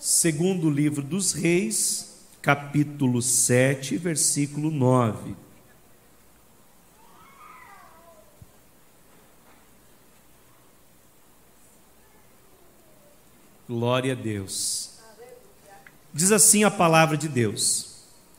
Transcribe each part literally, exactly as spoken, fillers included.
Segundo livro dos Reis, capítulo sete, versículo nove. Glória a Deus. Diz assim a palavra de Deus: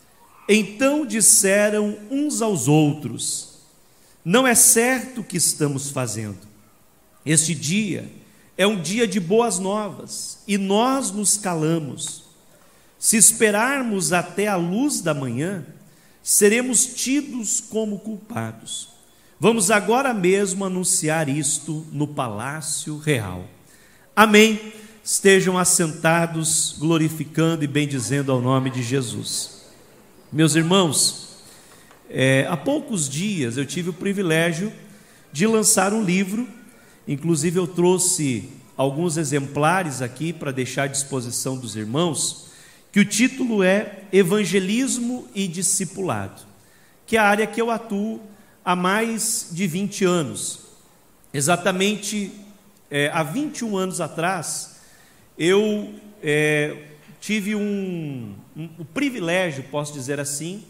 Então disseram uns aos outros: Não é certo o que estamos fazendo. Este dia é um dia de boas novas, e nós nos calamos. Se esperarmos até a luz da manhã, seremos tidos como culpados. Vamos agora mesmo anunciar isto no palácio real. Amém. Estejam assentados, glorificando e bendizendo ao nome de Jesus. Meus irmãos, é, há poucos dias eu tive o privilégio de lançar um livro. Inclusive eu trouxe alguns exemplares aqui para deixar à disposição dos irmãos, que o título é Evangelismo e Discipulado, que é a área que eu atuo há mais de vinte anos. Exatamente é, há vinte e um anos atrás, eu é, tive um, um, o privilégio, posso dizer assim,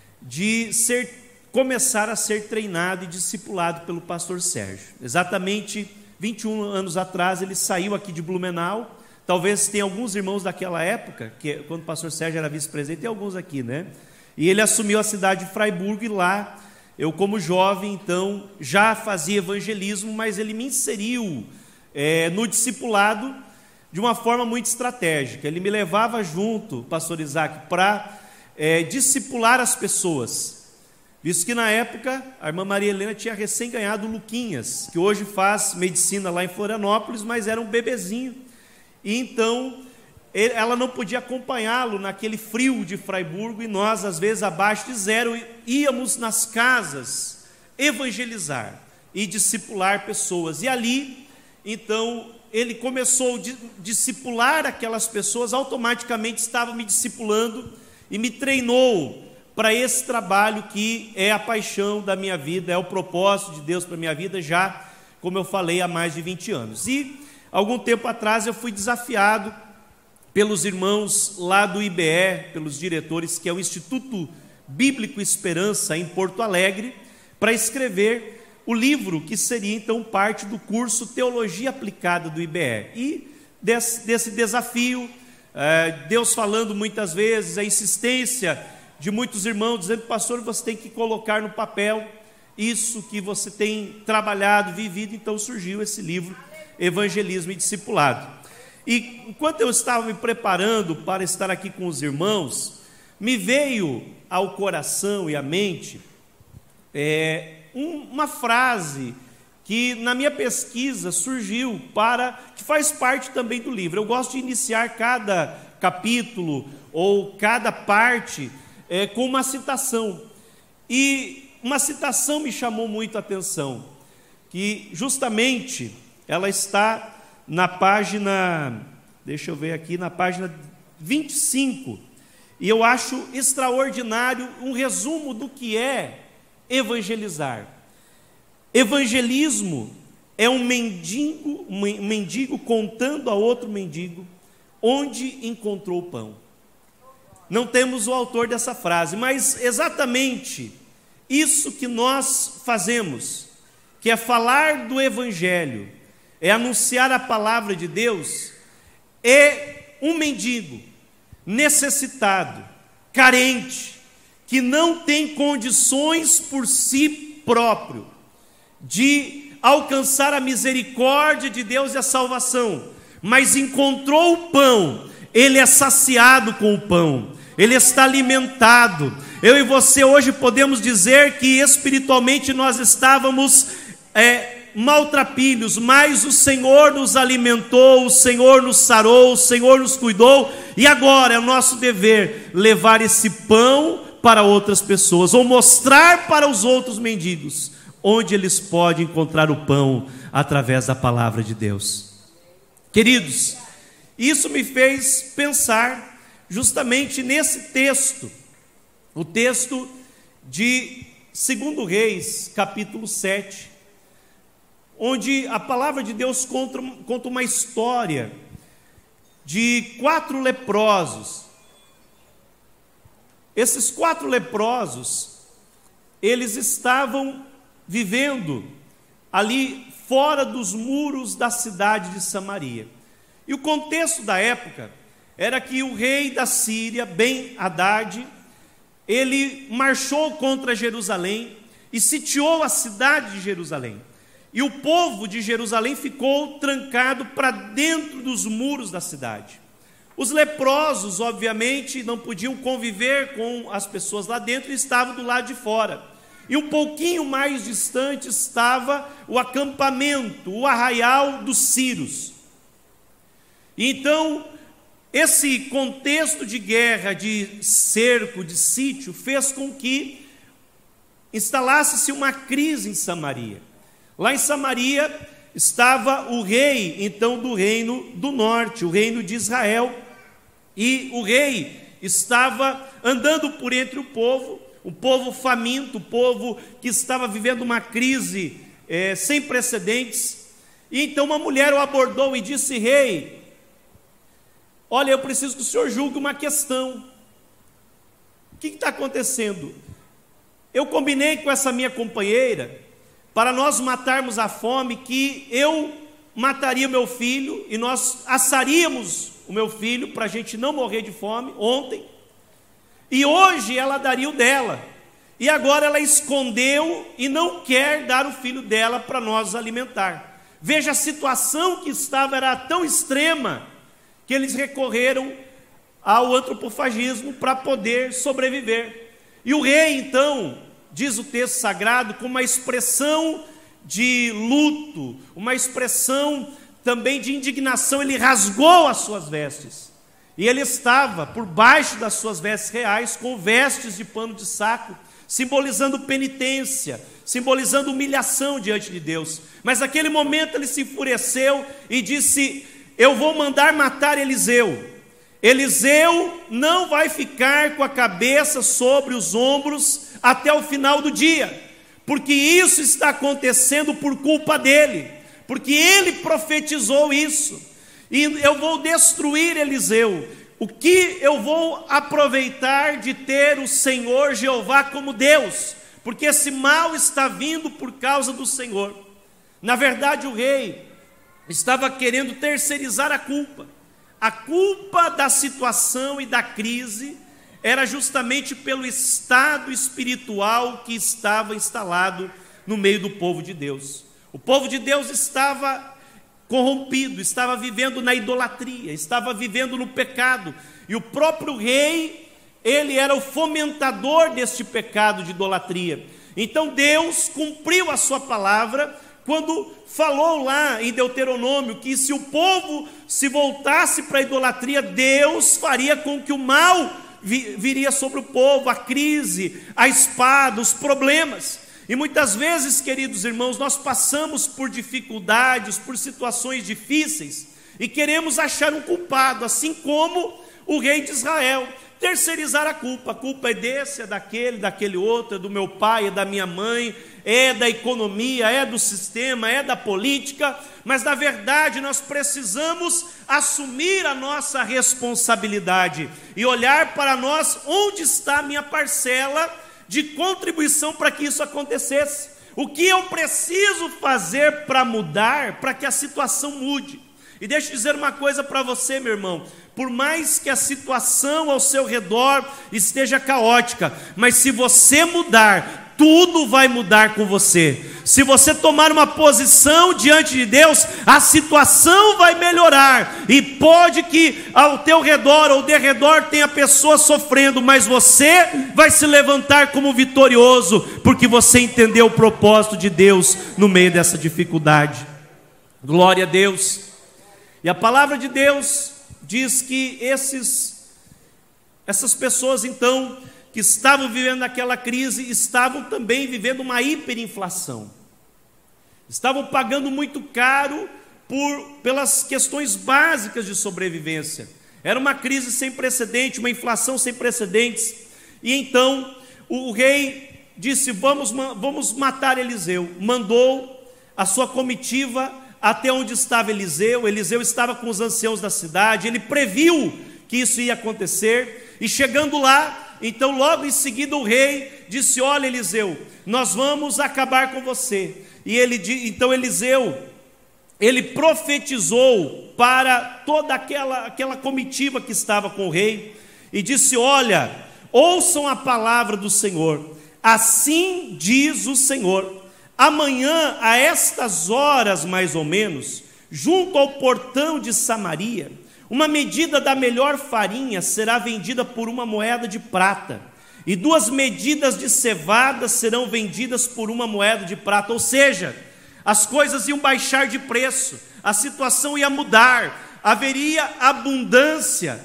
de ser começar a ser treinado e discipulado pelo pastor Sérgio. Exatamente vinte e um anos atrás, ele saiu aqui de Blumenau. Talvez tenha alguns irmãos daquela época, que quando o pastor Sérgio era vice-presidente, tem alguns aqui, né? E ele assumiu a cidade de Fraiburgo, e lá, eu como jovem, então, já fazia evangelismo, mas ele me inseriu é, no discipulado de uma forma muito estratégica. Ele me levava junto, pastor Isaac, para é, discipular as pessoas. Visto que na época a irmã Maria Helena tinha recém ganhado o Luquinhas, que hoje faz medicina lá em Florianópolis, mas era um bebezinho. E então ela não podia acompanhá-lo naquele frio de Fraiburgo, e nós, às vezes abaixo de zero, íamos nas casas evangelizar e discipular pessoas. E ali, então, ele começou a discipular aquelas pessoas, automaticamente estava me discipulando e me treinou para esse trabalho que é a paixão da minha vida, é o propósito de Deus para a minha vida, já, como eu falei, há mais de vinte anos. E, algum tempo atrás, eu fui desafiado pelos irmãos lá do I B E, pelos diretores, que é o Instituto Bíblico Esperança, em Porto Alegre, para escrever o livro que seria, então, parte do curso Teologia Aplicada do I B E. E desse, desse desafio, é, Deus falando muitas vezes, a insistência de muitos irmãos, dizendo: pastor, você tem que colocar no papel isso que você tem trabalhado, vivido. Então surgiu esse livro, Evangelismo e Discipulado. E enquanto eu estava me preparando para estar aqui com os irmãos, me veio ao coração e à mente é, um, uma frase que na minha pesquisa surgiu, para que faz parte também do livro. Eu gosto de iniciar cada capítulo ou cada parte É, com uma citação, e uma citação me chamou muito a atenção, que justamente ela está na página, deixa eu ver aqui, na página vinte e cinco, e eu acho extraordinário um resumo do que é evangelizar. Evangelismo é um mendigo, um mendigo contando a outro mendigo onde encontrou o pão. Não temos o autor dessa frase, mas exatamente isso que nós fazemos, que é falar do Evangelho, é anunciar a palavra de Deus, é um mendigo necessitado, carente, que não tem condições por si próprio de alcançar a misericórdia de Deus e a salvação, mas encontrou o pão, ele é saciado com o pão, ele está alimentado. Eu e você hoje podemos dizer que espiritualmente nós estávamos é, maltrapilhos, mas o Senhor nos alimentou, o Senhor nos sarou, o Senhor nos cuidou, e agora é o nosso dever levar esse pão para outras pessoas, ou mostrar para os outros mendigos onde eles podem encontrar o pão através da palavra de Deus. Queridos, isso me fez pensar justamente nesse texto, o texto de Segundo Reis, capítulo sete, onde a palavra de Deus conta, conta uma história de quatro leprosos. Esses quatro leprosos, eles estavam vivendo ali fora dos muros da cidade de Samaria. E o contexto da época era que o rei da Síria, Ben-Hadad, ele marchou contra Jerusalém e sitiou a cidade de Jerusalém. E o povo de Jerusalém ficou trancado para dentro dos muros da cidade. Os leprosos, obviamente, não podiam conviver com as pessoas lá dentro e estavam do lado de fora. E um pouquinho mais distante estava o acampamento, o arraial dos Círios. Então, esse contexto de guerra, de cerco, de sítio, fez com que instalasse-se uma crise em Samaria. Lá em Samaria estava o rei, então, do reino do norte, o reino de Israel. E o rei estava andando por entre o povo, o povo faminto, o povo que estava vivendo uma crise é, sem precedentes. E então uma mulher o abordou e disse: rei, olha, eu preciso que o senhor julgue uma questão. O que está acontecendo? Eu combinei com essa minha companheira, para nós matarmos a fome, que eu mataria meu filho e nós assaríamos o meu filho para a gente não morrer de fome ontem, e hoje ela daria o dela, e agora ela escondeu e não quer dar o filho dela para nós alimentar. Veja, a situação que estava era tão extrema que eles recorreram ao antropofagismo para poder sobreviver. E o rei, então, diz o texto sagrado, com uma expressão de luto, uma expressão também de indignação, ele rasgou as suas vestes, e ele estava por baixo das suas vestes reais, com vestes de pano de saco, simbolizando penitência, simbolizando humilhação diante de Deus. Mas naquele momento ele se enfureceu e disse: eu vou mandar matar Eliseu. Eliseu não vai ficar com a cabeça sobre os ombros até o final do dia, porque isso está acontecendo por culpa dele, porque ele profetizou isso, e eu vou destruir Eliseu. O que eu vou aproveitar de ter o Senhor Jeová como Deus? Porque esse mal está vindo por causa do Senhor. Na verdade, o rei estava querendo terceirizar a culpa. A culpa da situação e da crise era justamente pelo estado espiritual que estava instalado no meio do povo de Deus. O povo de Deus estava corrompido, estava vivendo na idolatria, estava vivendo no pecado, e o próprio rei, ele era o fomentador deste pecado de idolatria. Então Deus cumpriu a sua palavra quando falou lá em Deuteronômio que se o povo se voltasse para a idolatria, Deus faria com que o mal viria sobre o povo, a crise, a espada, os problemas. E muitas vezes, queridos irmãos, nós passamos por dificuldades, por situações difíceis, e queremos achar um culpado, assim como o rei de Israel, terceirizar a culpa. A culpa é desse, é daquele, daquele outro, é do meu pai, é da minha mãe, é da economia, é do sistema, é da política. Mas na verdade nós precisamos assumir a nossa responsabilidade e olhar para nós: onde está a minha parcela de contribuição para que isso acontecesse? O que eu preciso fazer para mudar, para que a situação mude? E deixa eu dizer uma coisa para você, meu irmão: por mais que a situação ao seu redor esteja caótica, mas se você mudar, tudo vai mudar com você. Se você tomar uma posição diante de Deus, a situação vai melhorar, e pode que ao teu redor ou derredor tenha pessoas sofrendo, mas você vai se levantar como vitorioso, porque você entendeu o propósito de Deus no meio dessa dificuldade. Glória a Deus. E a palavra de Deus diz que esses, essas pessoas então, que estavam vivendo naquela crise, estavam também vivendo uma hiperinflação. Estavam pagando muito caro por, pelas questões básicas de sobrevivência. Era uma crise sem precedente, uma inflação sem precedentes. E então o, o rei disse: vamos, vamos matar Eliseu. Mandou a sua comitiva até onde estava Eliseu. Eliseu estava com os anciãos da cidade, ele previu que isso ia acontecer, e chegando lá, então logo em seguida o rei disse: olha, Eliseu, nós vamos acabar com você. E ele, então Eliseu, ele profetizou para toda aquela, aquela comitiva que estava com o rei, e disse: olha, ouçam a palavra do Senhor, assim diz o Senhor, amanhã a estas horas mais ou menos, junto ao portão de Samaria, uma medida da melhor farinha será vendida por uma moeda de prata, e duas medidas de cevada serão vendidas por uma moeda de prata. Ou seja, as coisas iam baixar de preço, a situação ia mudar, haveria abundância.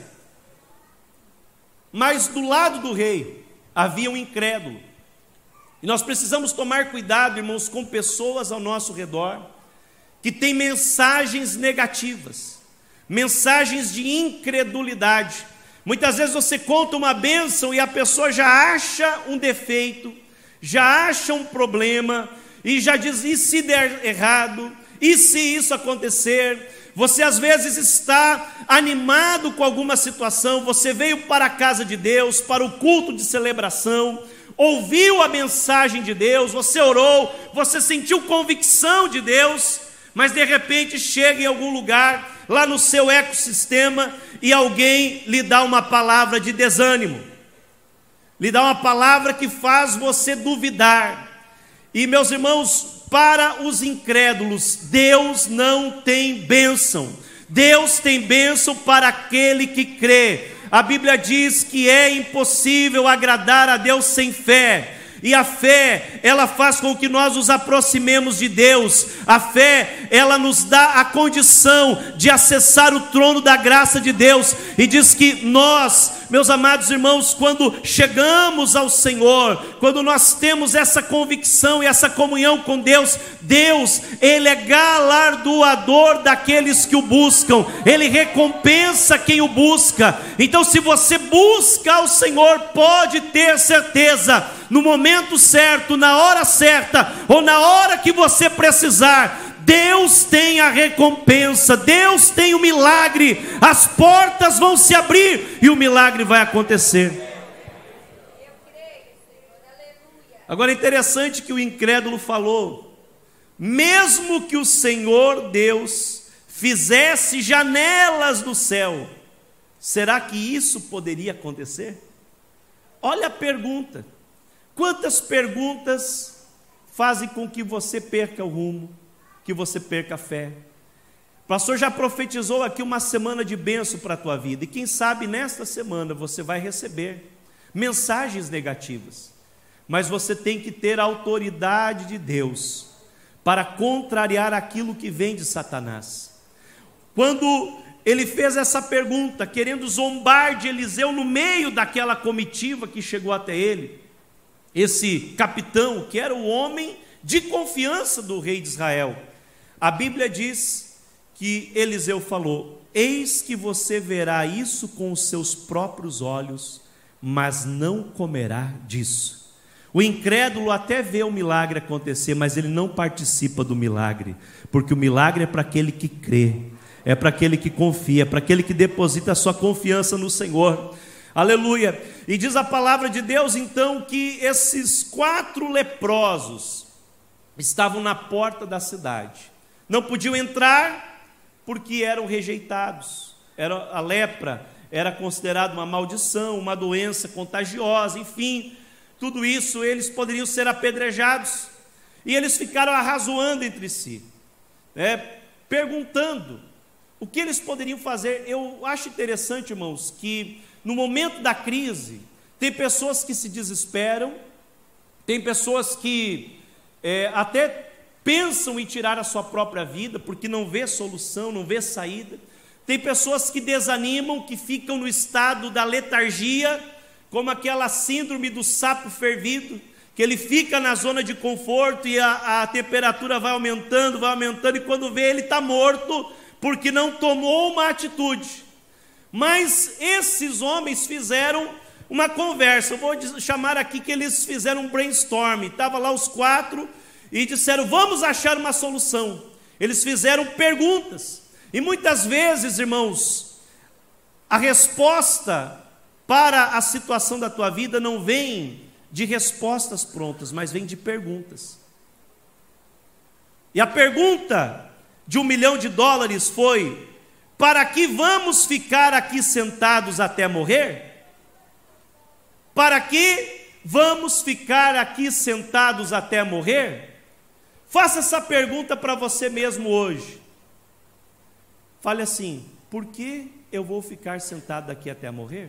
Mas do lado do rei havia um incrédulo, e nós precisamos tomar cuidado, irmãos, com pessoas ao nosso redor que têm mensagens negativas, mensagens de incredulidade. Muitas vezes você conta uma bênção e a pessoa já acha um defeito, já acha um problema, e já diz: e se der errado? E se isso acontecer? Você às vezes está animado com alguma situação, você veio para a casa de Deus, para o culto de celebração, ouviu a mensagem de Deus, você orou, você sentiu convicção de Deus, mas de repente chega em algum lugar, lá no seu ecossistema, e alguém lhe dá uma palavra de desânimo, lhe dá uma palavra que faz você duvidar. E meus irmãos, para os incrédulos, Deus não tem bênção. Deus tem bênção para aquele que crê. A Bíblia diz que é impossível agradar a Deus sem fé. E a fé, ela faz com que nós nos aproximemos de Deus. A fé, ela nos dá a condição de acessar o trono da graça de Deus. E diz que nós, meus amados irmãos, quando chegamos ao Senhor, quando nós temos essa convicção e essa comunhão com Deus, Deus, Ele é galardoador daqueles que o buscam, Ele recompensa quem o busca. Então, se você busca ao Senhor, pode ter certeza, no momento certo, na hora certa, ou na hora que você precisar, Deus tem a recompensa, Deus tem o milagre, as portas vão se abrir e o milagre vai acontecer. Agora é interessante que o incrédulo falou: mesmo que o Senhor Deus fizesse janelas no céu, será que isso poderia acontecer? Olha a pergunta. Quantas perguntas fazem com que você perca o rumo, que você perca a fé? O pastor já profetizou aqui uma semana de bênção para a tua vida, e quem sabe nesta semana você vai receber mensagens negativas, mas você tem que ter a autoridade de Deus para contrariar aquilo que vem de Satanás. Quando ele fez essa pergunta, querendo zombar de Eliseu no meio daquela comitiva que chegou até ele, esse capitão, que era o homem de confiança do rei de Israel, a Bíblia diz que Eliseu falou: eis que você verá isso com os seus próprios olhos, mas não comerá disso. O incrédulo até vê o milagre acontecer, mas ele não participa do milagre, porque o milagre é para aquele que crê, é para aquele que confia, é para aquele que deposita a sua confiança no Senhor. Aleluia. E diz a palavra de Deus então que esses quatro leprosos estavam na porta da cidade, não podiam entrar porque eram rejeitados. Era, a lepra era considerada uma maldição, uma doença contagiosa, enfim, tudo isso, eles poderiam ser apedrejados. E eles ficaram arrazoando entre si, né, perguntando o que eles poderiam fazer. Eu acho interessante, irmãos, que no momento da crise, tem pessoas que se desesperam, tem pessoas que é, até pensam em tirar a sua própria vida, porque não vê solução, não vê saída. Tem pessoas que desanimam, que ficam no estado da letargia, como aquela síndrome do sapo fervido, que ele fica na zona de conforto e a, a temperatura vai aumentando, vai aumentando, e quando vê ele está morto, porque não tomou uma atitude. Mas esses homens fizeram uma conversa, eu vou chamar aqui que eles fizeram um brainstorm, estavam lá os quatro e disseram: vamos achar uma solução. Eles fizeram perguntas. E muitas vezes, irmãos, a resposta para a situação da tua vida não vem de respostas prontas, mas vem de perguntas. E a pergunta de um milhão de dólares foi: para que vamos ficar aqui sentados até morrer? Para que vamos ficar aqui sentados até morrer? Faça essa pergunta para você mesmo hoje. Fale assim: por que eu vou ficar sentado aqui até morrer?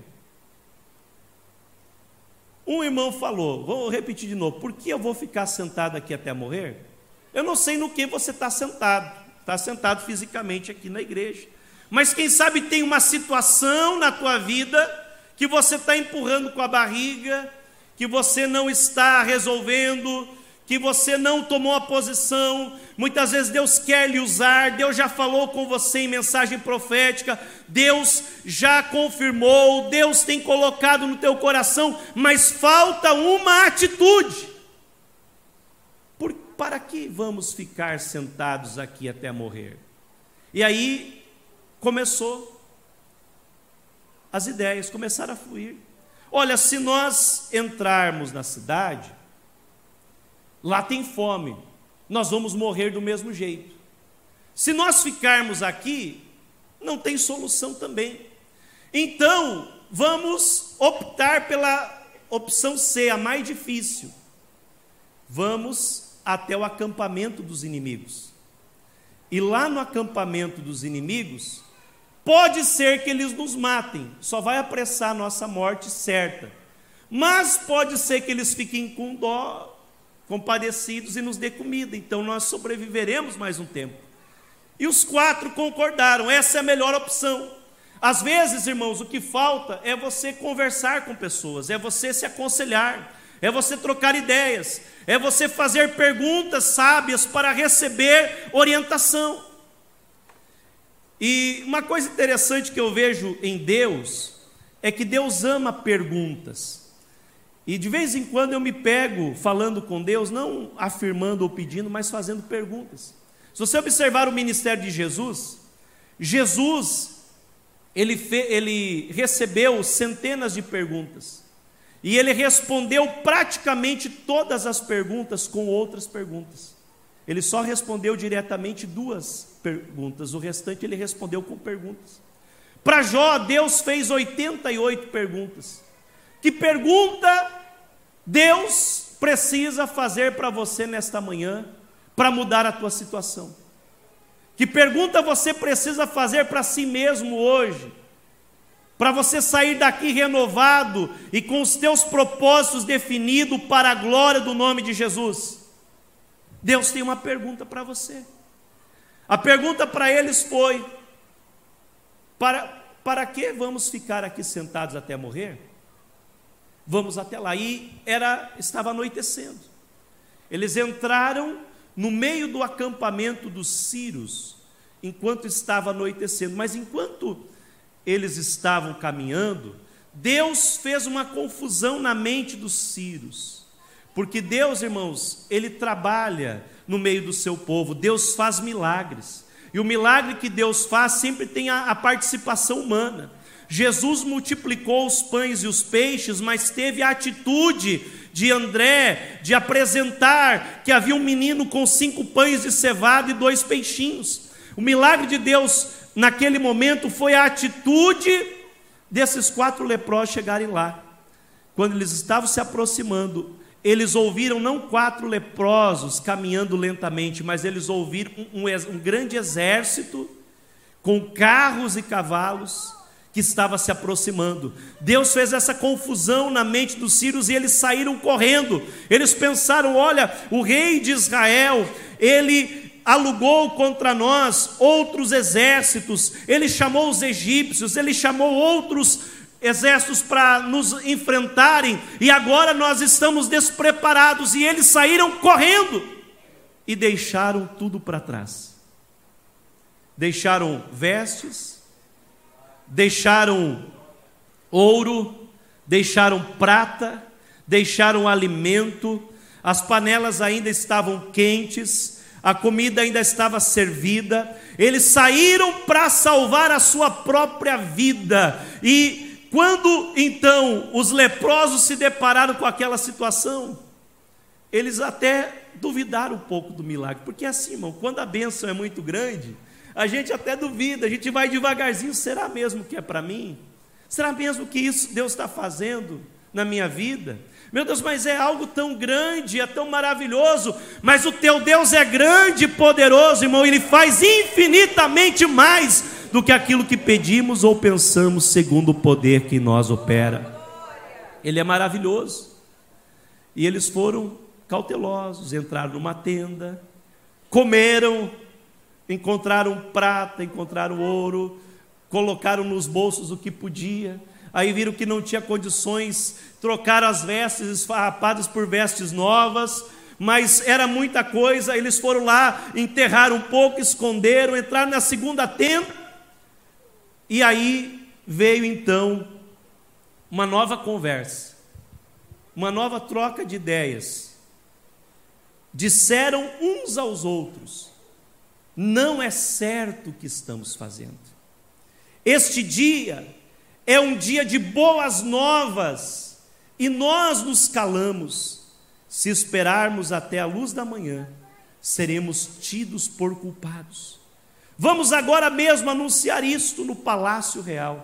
Um irmão falou, vou repetir de novo: por que eu vou ficar sentado aqui até morrer? Eu não sei no que você está sentado, está sentado fisicamente aqui na igreja, mas quem sabe tem uma situação na tua vida que você está empurrando com a barriga, que você não está resolvendo, que você não tomou a posição. Muitas vezes Deus quer lhe usar, Deus já falou com você em mensagem profética, Deus já confirmou, Deus tem colocado no teu coração, mas falta uma atitude. Por, para que vamos ficar sentados aqui até morrer? E aí começou, as ideias começaram a fluir. Olha, se nós entrarmos na cidade, lá tem fome, nós vamos morrer do mesmo jeito. Se nós ficarmos aqui, não tem solução também. Então, vamos optar pela opção C, a mais difícil. Vamos até o acampamento dos inimigos. E lá no acampamento dos inimigos, pode ser que eles nos matem, só vai apressar a nossa morte certa. Mas pode ser que eles fiquem com dó, compadecidos e nos dê comida, então nós sobreviveremos mais um tempo. E os quatro concordaram, essa é a melhor opção. Às vezes, irmãos, o que falta é você conversar com pessoas, é você se aconselhar, é você trocar ideias, é você fazer perguntas sábias para receber orientação. E uma coisa interessante que eu vejo em Deus é que Deus ama perguntas. E de vez em quando eu me pego falando com Deus, não afirmando ou pedindo, mas fazendo perguntas. Se você observar o ministério de Jesus, Jesus, ele, fe, ele recebeu centenas de perguntas. E ele respondeu praticamente todas as perguntas com outras perguntas. Ele só respondeu diretamente duas perguntas, o restante ele respondeu com perguntas. Para Jó, Deus fez oitenta e oito perguntas. Que pergunta Deus precisa fazer para você nesta manhã, para mudar a tua situação? Que pergunta você precisa fazer para si mesmo hoje, para você sair daqui renovado e com os teus propósitos definidos para a glória do nome de Jesus? Deus tem uma pergunta para você. A pergunta para eles foi: para, para que vamos ficar aqui sentados até morrer? Vamos até lá. E era, estava anoitecendo. Eles entraram no meio do acampamento dos sírios, enquanto estava anoitecendo. Mas enquanto eles estavam caminhando, Deus fez uma confusão na mente dos sírios. Porque Deus, irmãos, Ele trabalha no meio do seu povo. Deus faz milagres. E o milagre que Deus faz sempre tem a, a participação humana. Jesus multiplicou os pães e os peixes, mas teve a atitude de André de apresentar que havia um menino com cinco pães de cevada e dois peixinhos. O milagre de Deus naquele momento foi a atitude desses quatro leprosos chegarem lá. Quando eles estavam se aproximando, eles ouviram não quatro leprosos caminhando lentamente, mas eles ouviram um, um, um grande exército com carros e cavalos que estava se aproximando. Deus fez essa confusão na mente dos sírios e eles saíram correndo. Eles pensaram: olha, o rei de Israel, ele alugou contra nós outros exércitos, ele chamou os egípcios, ele chamou outros exércitos para nos enfrentarem, e agora nós estamos despreparados. E eles saíram correndo e deixaram tudo para trás. Deixaram vestes, deixaram ouro, deixaram prata, deixaram alimento, as panelas ainda estavam quentes, a comida ainda estava servida, eles saíram para salvar a sua própria vida. E quando então os leprosos se depararam com aquela situação, eles até duvidaram um pouco do milagre, porque assim, irmão, quando a bênção é muito grande, a gente até duvida, a gente vai devagarzinho, será mesmo que é para mim? Será mesmo que isso Deus está fazendo na minha vida? Meu Deus, mas é algo tão grande, é tão maravilhoso, mas o teu Deus é grande e poderoso, irmão, Ele faz infinitamente mais do que aquilo que pedimos ou pensamos, segundo o poder que em nós opera. Ele é maravilhoso. E eles foram cautelosos, entraram numa tenda, comeram, encontraram prata, encontraram ouro, colocaram nos bolsos o que podia. Aí viram que não tinha condições, trocaram as vestes esfarrapadas por vestes novas, mas era muita coisa. Eles foram lá, enterraram um pouco, esconderam, entraram na segunda tenda, e aí veio então uma nova conversa, uma nova troca de ideias. Disseram uns aos outros: não é certo o que estamos fazendo. Este dia é um dia de boas novas, e nós nos calamos. Se esperarmos até a luz da manhã, seremos tidos por culpados. Vamos agora mesmo anunciar isto no palácio real.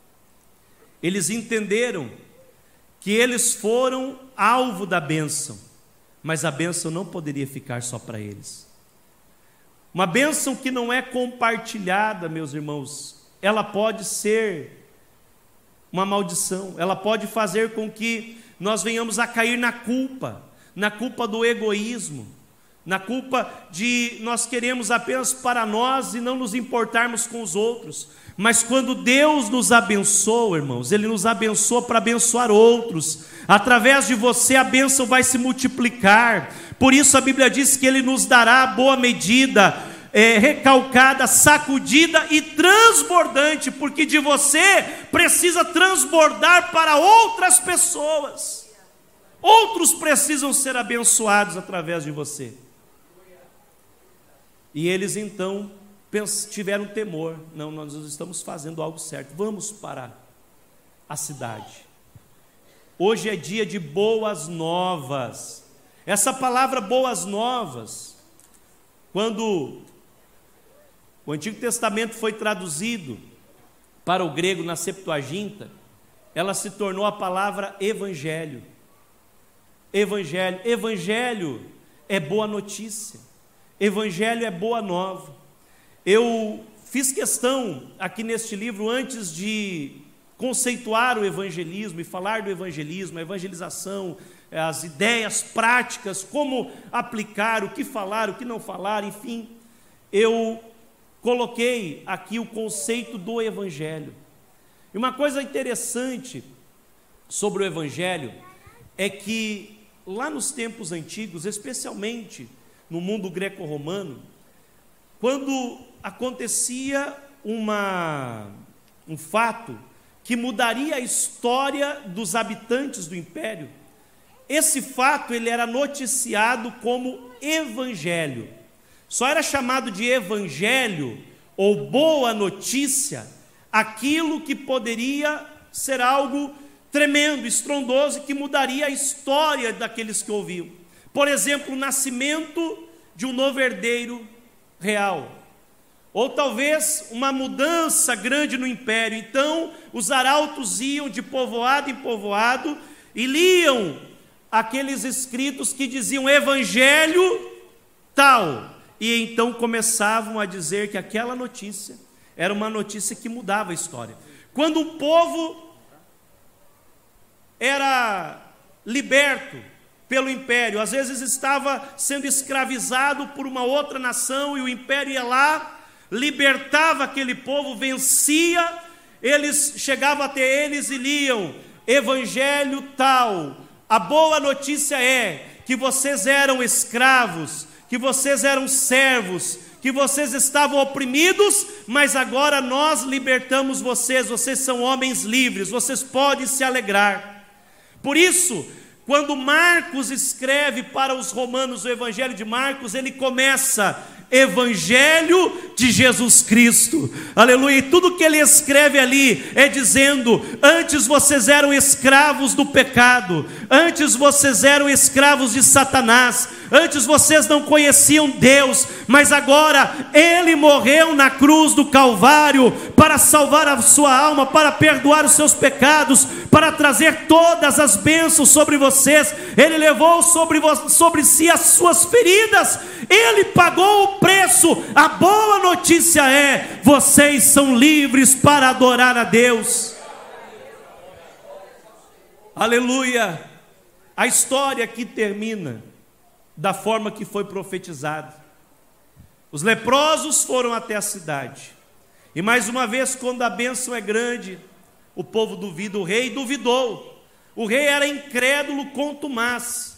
Eles entenderam que eles foram alvo da bênção, mas a bênção não poderia ficar só para eles. Uma bênção que não é compartilhada, meus irmãos, ela pode ser uma maldição, ela pode fazer com que nós venhamos a cair na culpa, na culpa do egoísmo, na culpa de nós queremos apenas para nós e não nos importarmos com os outros. Mas quando Deus nos abençoa, irmãos, Ele nos abençoa para abençoar outros. Através de você a bênção vai se multiplicar. Por isso a Bíblia diz que Ele nos dará boa medida, É, recalcada, sacudida e transbordante, porque de você precisa transbordar para outras pessoas. Outros precisam ser abençoados através de você. E eles então tiveram temor: não, nós estamos fazendo algo certo, vamos para a cidade. Hoje é dia de boas novas. Essa palavra boas novas, quando o Antigo Testamento foi traduzido para o grego na Septuaginta, ela se tornou a palavra evangelho. Evangelho, evangelho é boa notícia, evangelho é boa nova. Eu fiz questão aqui neste livro, antes de conceituar o evangelismo e falar do evangelismo, a evangelização, as ideias práticas, como aplicar, o que falar, o que não falar, enfim, eu coloquei aqui o conceito do evangelho. E uma coisa interessante sobre o evangelho é que lá nos tempos antigos, especialmente no mundo greco-romano, quando acontecia uma, um fato que mudaria a história dos habitantes do império, esse fato ele era noticiado como evangelho. Só era chamado de evangelho ou boa notícia aquilo que poderia ser algo tremendo, estrondoso, que mudaria a história daqueles que ouviam. Por exemplo, o nascimento de um novo herdeiro real, ou talvez uma mudança grande no império. Então os arautos iam de povoado em povoado e liam aqueles escritos que diziam evangelho tal, e então começavam a dizer que aquela notícia era uma notícia que mudava a história. Quando o povo era liberto pelo império, às vezes estava sendo escravizado por uma outra nação, e o império ia lá, libertava aquele povo, vencia, eles chegavam até eles e liam evangelho tal, a boa notícia é que vocês eram escravos, que vocês eram servos, que vocês estavam oprimidos, mas agora nós libertamos vocês, vocês são homens livres, vocês podem se alegrar. Por isso, Quando Marcos escreve para os romanos o Evangelho de Marcos, ele começa: Evangelho de Jesus Cristo, aleluia. E tudo que ele escreve ali é dizendo: antes vocês eram escravos do pecado, antes vocês eram escravos de Satanás, antes vocês não conheciam Deus, mas agora Ele morreu na cruz do Calvário para salvar a sua alma, para perdoar os seus pecados, para trazer todas as bênçãos sobre vocês. Ele levou sobre, sobre si as suas feridas, Ele pagou o preço. A boa notícia é: vocês são livres para adorar a Deus. Aleluia. A história aqui termina da forma que foi profetizado. Os leprosos foram até a cidade, e mais uma vez, quando a bênção é grande, o povo duvida. O rei duvidou. O rei era incrédulo, contumaz.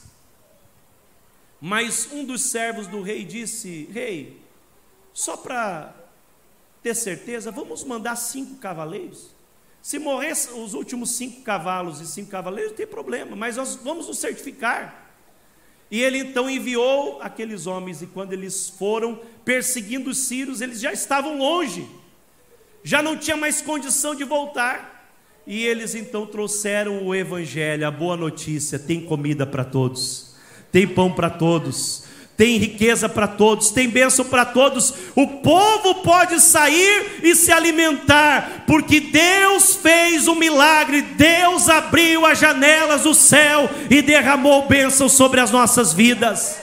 Mas um dos servos do rei disse: rei, só para ter certeza, vamos mandar cinco cavaleiros. Se morrer os últimos cinco cavalos e cinco cavaleiros, não tem problema, mas nós vamos nos certificar. E ele então enviou aqueles homens, e quando eles foram perseguindo os sírios, eles já estavam longe, já não tinha mais condição de voltar. E eles então trouxeram o Evangelho, a boa notícia: tem comida para todos, tem pão para todos, tem riqueza para todos, tem bênção para todos. O povo pode sair e se alimentar, porque Deus fez um milagre. Deus abriu as janelas do céu e derramou bênção sobre as nossas vidas.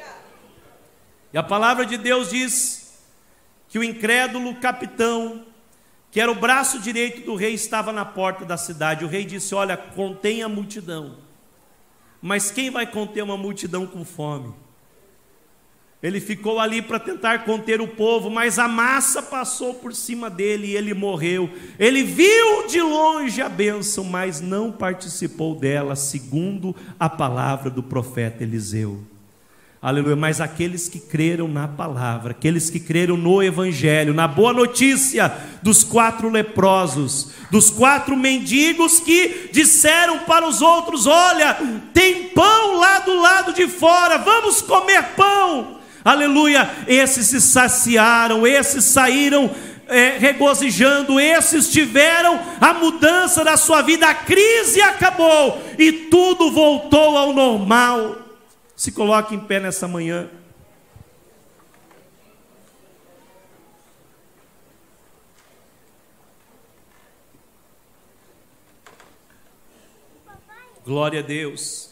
E a palavra de Deus diz que o incrédulo capitão, que era o braço direito do rei, estava na porta da cidade. O rei disse: olha, contém a multidão. Mas quem vai conter uma multidão com fome? Ele ficou ali para tentar conter o povo, mas a massa passou por cima dele e ele morreu. Ele viu de longe a bênção, mas não participou dela, segundo a palavra do profeta Eliseu. Aleluia. Mas aqueles que creram na palavra, aqueles que creram no Evangelho, na boa notícia dos quatro leprosos, dos quatro mendigos que disseram para os outros: olha, tem pão lá do lado de fora, vamos comer pão. Aleluia. Esses se saciaram, esses saíram é, regozijando, esses tiveram a mudança da sua vida. A crise acabou e tudo voltou ao normal. Se coloque em pé nessa manhã. Glória a Deus.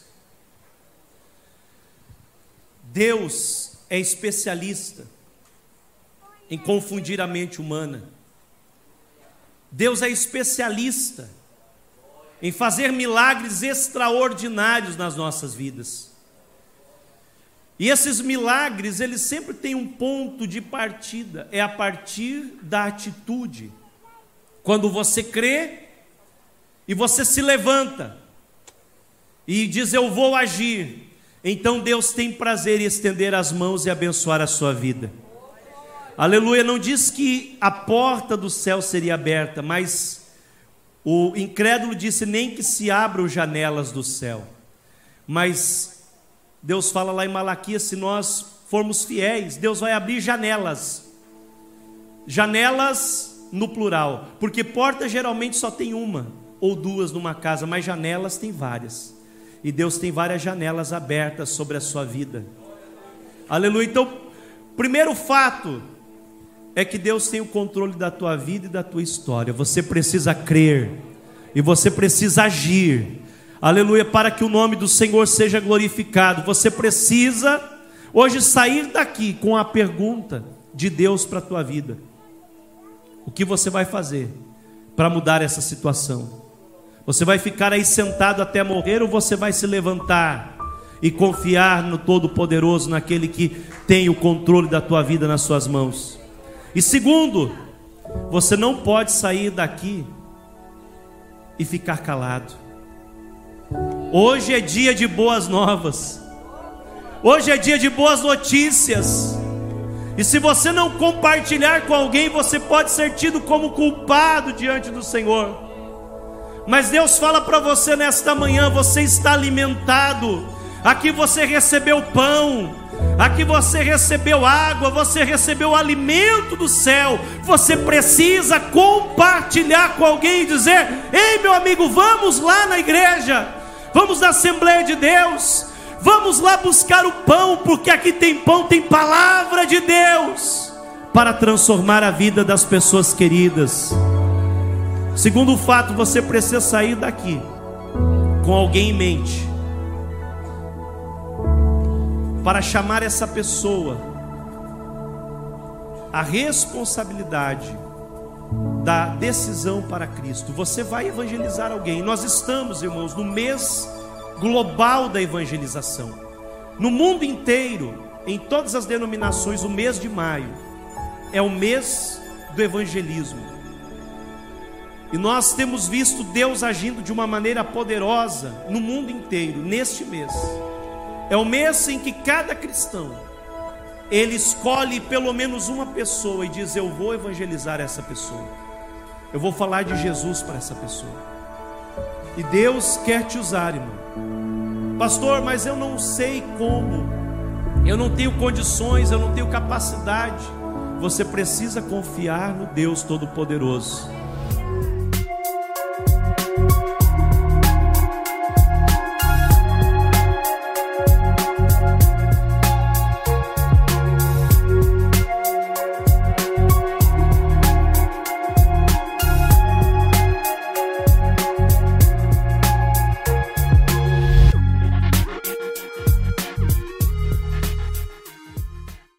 Deus é especialista em confundir a mente humana. Deus é especialista em fazer milagres extraordinários nas nossas vidas. E esses milagres, eles sempre têm um ponto de partida, é a partir da atitude. Quando você crê e você se levanta e diz: eu vou agir, então Deus tem prazer em estender as mãos e abençoar a sua vida. Aleluia. Não diz que a porta do céu seria aberta, mas o incrédulo disse: nem que se abram janelas do céu. Mas Deus fala lá em Malaquias: se nós formos fiéis, Deus vai abrir janelas. Janelas no plural, porque porta geralmente só tem uma ou duas numa casa, mas janelas tem várias. E Deus tem várias janelas abertas sobre a sua vida. Aleluia. Então, primeiro fato é que Deus tem o controle da tua vida e da tua história. Você precisa crer e você precisa agir. Aleluia, para que o nome do Senhor seja glorificado. Você precisa hoje sair daqui com a pergunta de Deus para a tua vida: o que você vai fazer para mudar essa situação? Você vai ficar aí sentado até morrer, ou você vai se levantar e confiar no Todo-Poderoso, naquele que tem o controle da tua vida nas suas mãos? E segundo, você não pode sair daqui e ficar calado. Hoje é dia de boas novas, hoje é dia de boas notícias. E se você não compartilhar com alguém, você pode ser tido como culpado diante do Senhor. Mas Deus fala para você nesta manhã: você está alimentado. Aqui você recebeu pão, aqui você recebeu água, você recebeu o alimento do céu. Você precisa compartilhar com alguém e dizer: ei, meu amigo, vamos lá na igreja, vamos na Assembleia de Deus, vamos lá buscar o pão, porque aqui tem pão, tem palavra de Deus para transformar a vida das pessoas queridas. Segundo fato, você precisa sair daqui com alguém em mente, para chamar essa pessoa a responsabilidade da decisão para Cristo. Você vai evangelizar alguém. Nós estamos, irmãos, no mês global da evangelização. No mundo inteiro, em todas as denominações, o mês de maio é o mês do evangelismo. E nós temos visto Deus agindo de uma maneira poderosa no mundo inteiro, neste mês. É o mês em que cada cristão, ele escolhe pelo menos uma pessoa e diz: eu vou evangelizar essa pessoa, eu vou falar de Jesus para essa pessoa. E Deus quer te usar, irmão. Pastor, mas eu não sei como, eu não tenho condições, eu não tenho capacidade. Você precisa confiar no Deus Todo-Poderoso.